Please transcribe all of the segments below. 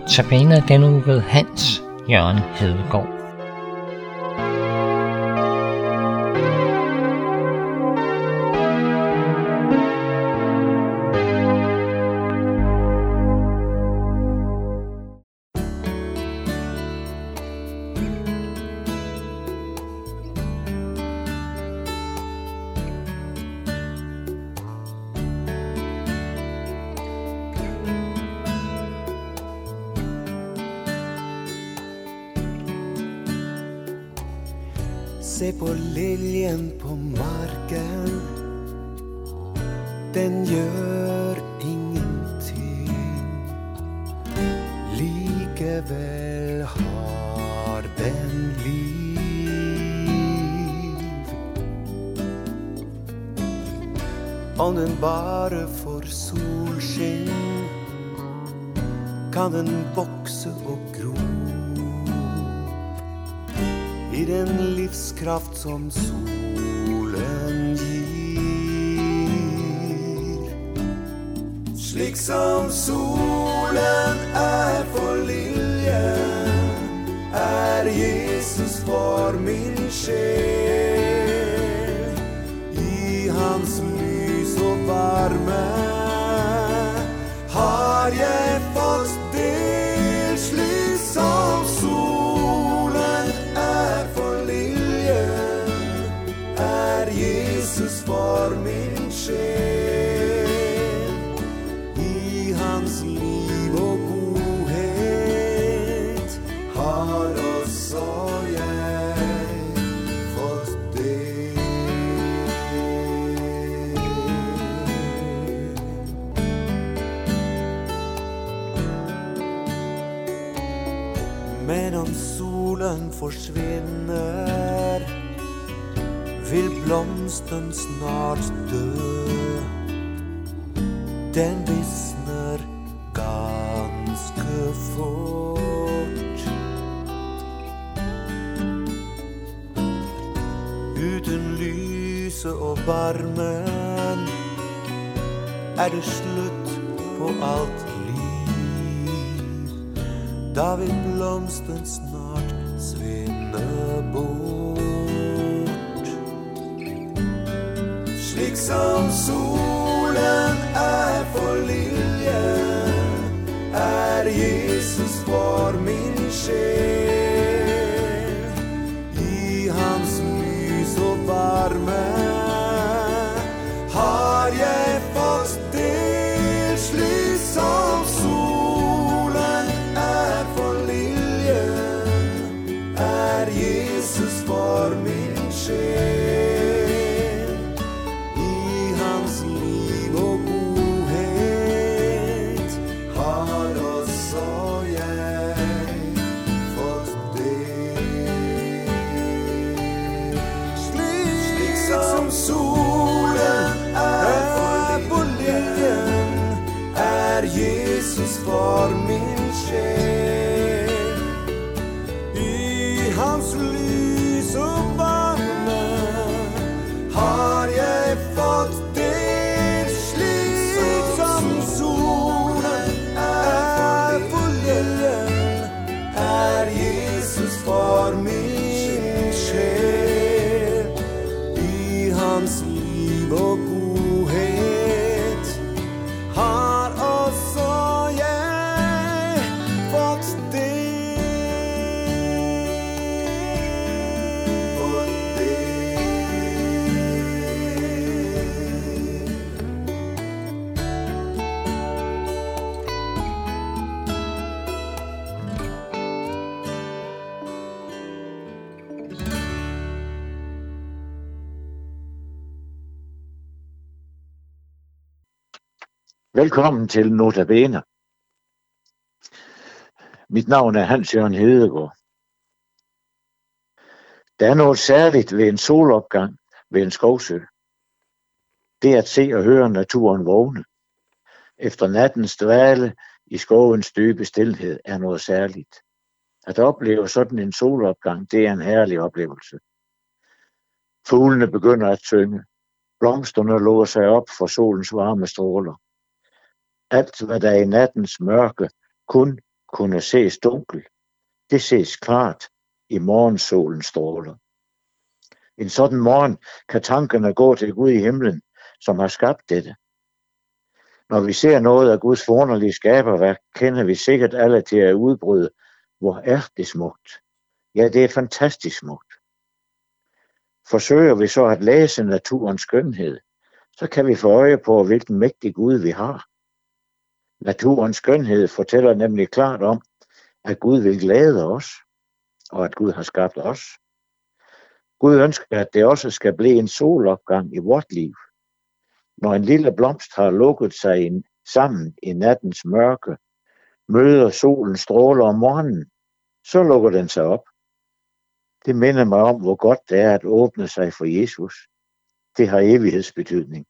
Notabene denne uge ved Hans Jørgen Hedegaard. Se på liljen på marken, den gör ingenting. Likevel har den liv. Om den bare får solskinn, kan den vokse og gro i den livskraft som solen gir. Slik som solen for liljen, Jesus for min sjel. I hans lys og varme har jeg fått del. Slik som solen for liljen, Jesus for min sjel. I hans liv og godhet har også jeg fått del. Men om solen forsvinner, vil blomsten snart dø. Den visner ganske fort. Uten lyset og varmen det slutt på alt liv. Da vil blomsten snart svinne bort. Slik som solen for liljen, Jesus for min sjel. I hans lys og varme har jeg fått del. Slik som solen for liljen, Jesus for min sjel. I hans liv og godhet har også jeg fått del. Slik som solen for liljen, Jesus for min sjel. I hans lys og varme har jeg fått del. Slik som solen for liljen, Jesus for min sjel. I hans liv og godhet har også jeg fått Velkommen til Notabene. Mit navn er Hans Jørgen Hedegaard. Der er noget særligt ved en solopgang ved en skovsø. Det at se og høre naturen vågne efter nattens dvale i skovens dybe stilhed er noget særligt. At opleve sådan en solopgang, det er en herlig oplevelse. Fuglene begynder at synge. Blomsterne låger sig op for solens varme stråler. Alt, hvad der i nattens mørke kun kunne ses dunkel, det ses klart i morgensolens stråler. En sådan morgen kan tankerne gå til Gud i himlen, som har skabt dette. Når vi ser noget af Guds forunderlige skaberværk, kender vi sikkert alle til at udbryde, hvor er det smukt. Ja, det er fantastisk smukt. Forsøger vi så at læse naturens skønhed, så kan vi få øje på, hvilken mægtig Gud vi har. Naturens skønhed fortæller nemlig klart om, at Gud vil glæde os, og at Gud har skabt os. Gud ønsker, at det også skal blive en solopgang i vort liv. Når en lille blomst har lukket sig sammen i nattens mørke, møder solen stråler om morgenen, så lukker den sig op. Det minder mig om, hvor godt det er at åbne sig for Jesus. Det har evighedsbetydning.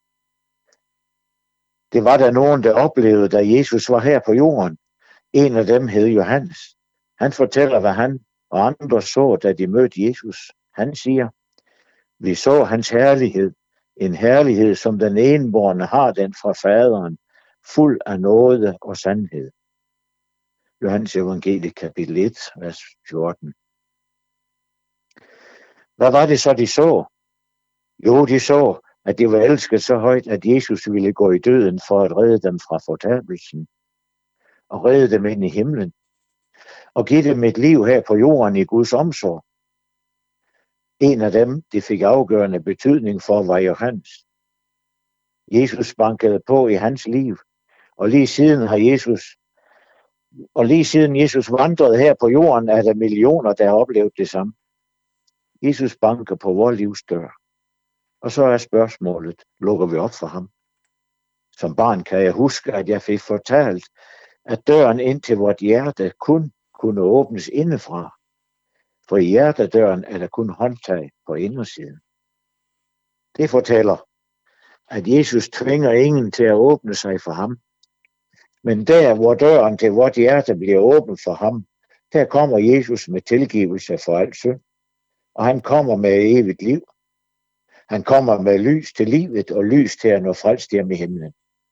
Det var der nogen, der oplevede, da Jesus var her på jorden. En af dem hed Johannes. Han fortæller, hvad han og andre så, da de mødte Jesus. Han siger, vi så hans herlighed, en herlighed, som den enbårne har den fra faderen, fuld af nåde og sandhed. Johannes Evangeliet kapitel 1, vers 14. Hvad var det så, de så? Jo, de så, at de var elsket så højt, at Jesus ville gå i døden for at redde dem fra fortabelsen, og redde dem ind i himlen, og give dem et liv her på jorden i Guds omsorg. En af dem, de fik afgørende betydning for, var Johannes. Jesus bankede på i hans liv, og lige siden Jesus vandrede her på jorden, er der millioner, der har oplevet det samme. Jesus banker på vores livs dør. Og så er spørgsmålet, lukker vi op for ham? Som barn kan jeg huske, at jeg fik fortalt, at døren ind til vort hjerte kun kunne åbnes indefra. For i hjertedøren er der kun håndtag på indersiden. Det fortæller, at Jesus tvinger ingen til at åbne sig for ham. Men der, hvor døren til vort hjerte bliver åbent for ham, der kommer Jesus med tilgivelse for al synd. Og han kommer med evigt liv. Han kommer med lys til livet og lys til at nå frelst hjem i himlen.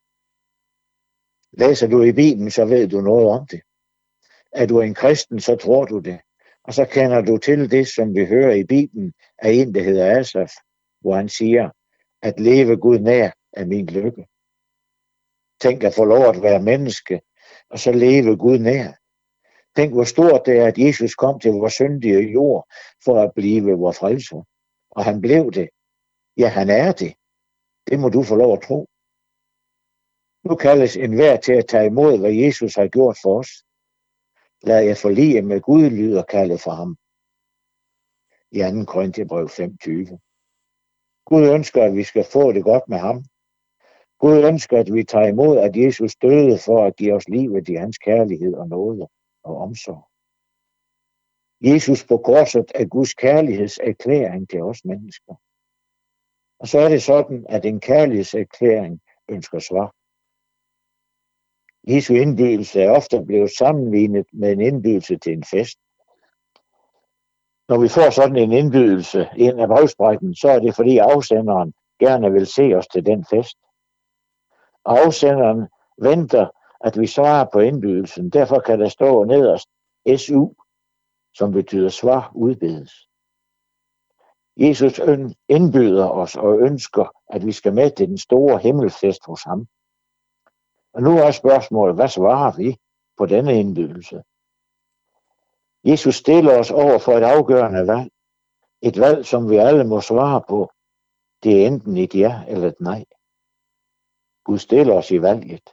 Læser du i Bibelen, så ved du noget om det. Er du en kristen, så tror du det. Og så kender du til det, som vi hører i Bibelen af en, der hedder Asaf, hvor han siger, at leve Gud nær er min lykke. Tænk at få lov at være menneske, og så leve Gud nær. Tænk, hvor stort det er, at Jesus kom til vores syndige jord for at blive vor frelser. Og han blev det. Ja, han er det. Det må du få lov at tro. Nu kaldes enhver til at tage imod, hvad Jesus har gjort for os. Lad jer forlige med Gud, lyder kaldet for ham. I 2. Korintherbrev 5:20. Gud ønsker, at vi skal få det godt med ham. Gud ønsker, at vi tager imod, at Jesus døde for at give os livet i hans kærlighed og nåde og omsorg. Jesus på korset er Guds kærlighedserklæring til os mennesker. Og så er det sådan, at en kærlighedserklæring ønsker svar. Jesu indbydelse er ofte blevet sammenlignet med en indbydelse til en fest. Når vi får sådan en indbydelse ind af brevsprækken, så er det fordi afsenderen gerne vil se os til den fest. Og afsenderen venter, at vi svarer på indbydelsen. Derfor kan der stå nederst SU, som betyder svar udbedes. Jesus indbyder os og ønsker, at vi skal med til den store himmelfest hos ham. Og nu er spørgsmålet, hvad svarer vi på denne indbydelse? Jesus stiller os over for et afgørende valg. Et valg, som vi alle må svare på. Det er enten et ja eller et nej. Gud stiller os i valget.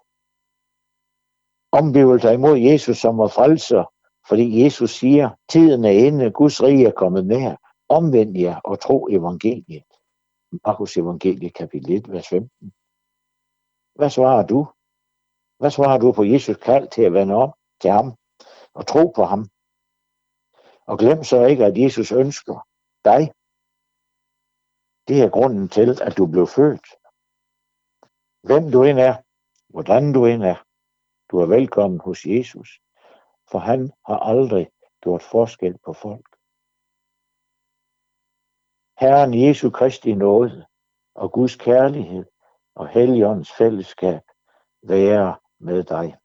Om vi vil tage imod Jesus som vor frelser, fordi Jesus siger, tiden er inde, Guds rige er kommet nær. Omvend jer og tro evangeliet. Markus Evangeliet kapitel 1, vers 15. Hvad svarer du? Hvad svarer du på Jesus kald til at vende om til ham og tro på ham? Og glem så ikke, at Jesus ønsker dig. Det er grunden til, at du blev født. Hvem du end er, hvordan du end er, du er velkommen hos Jesus, for han har aldrig gjort forskel på folk. Herren Jesu Kristi nåde og Guds kærlighed og Helligåndens fællesskab være med dig.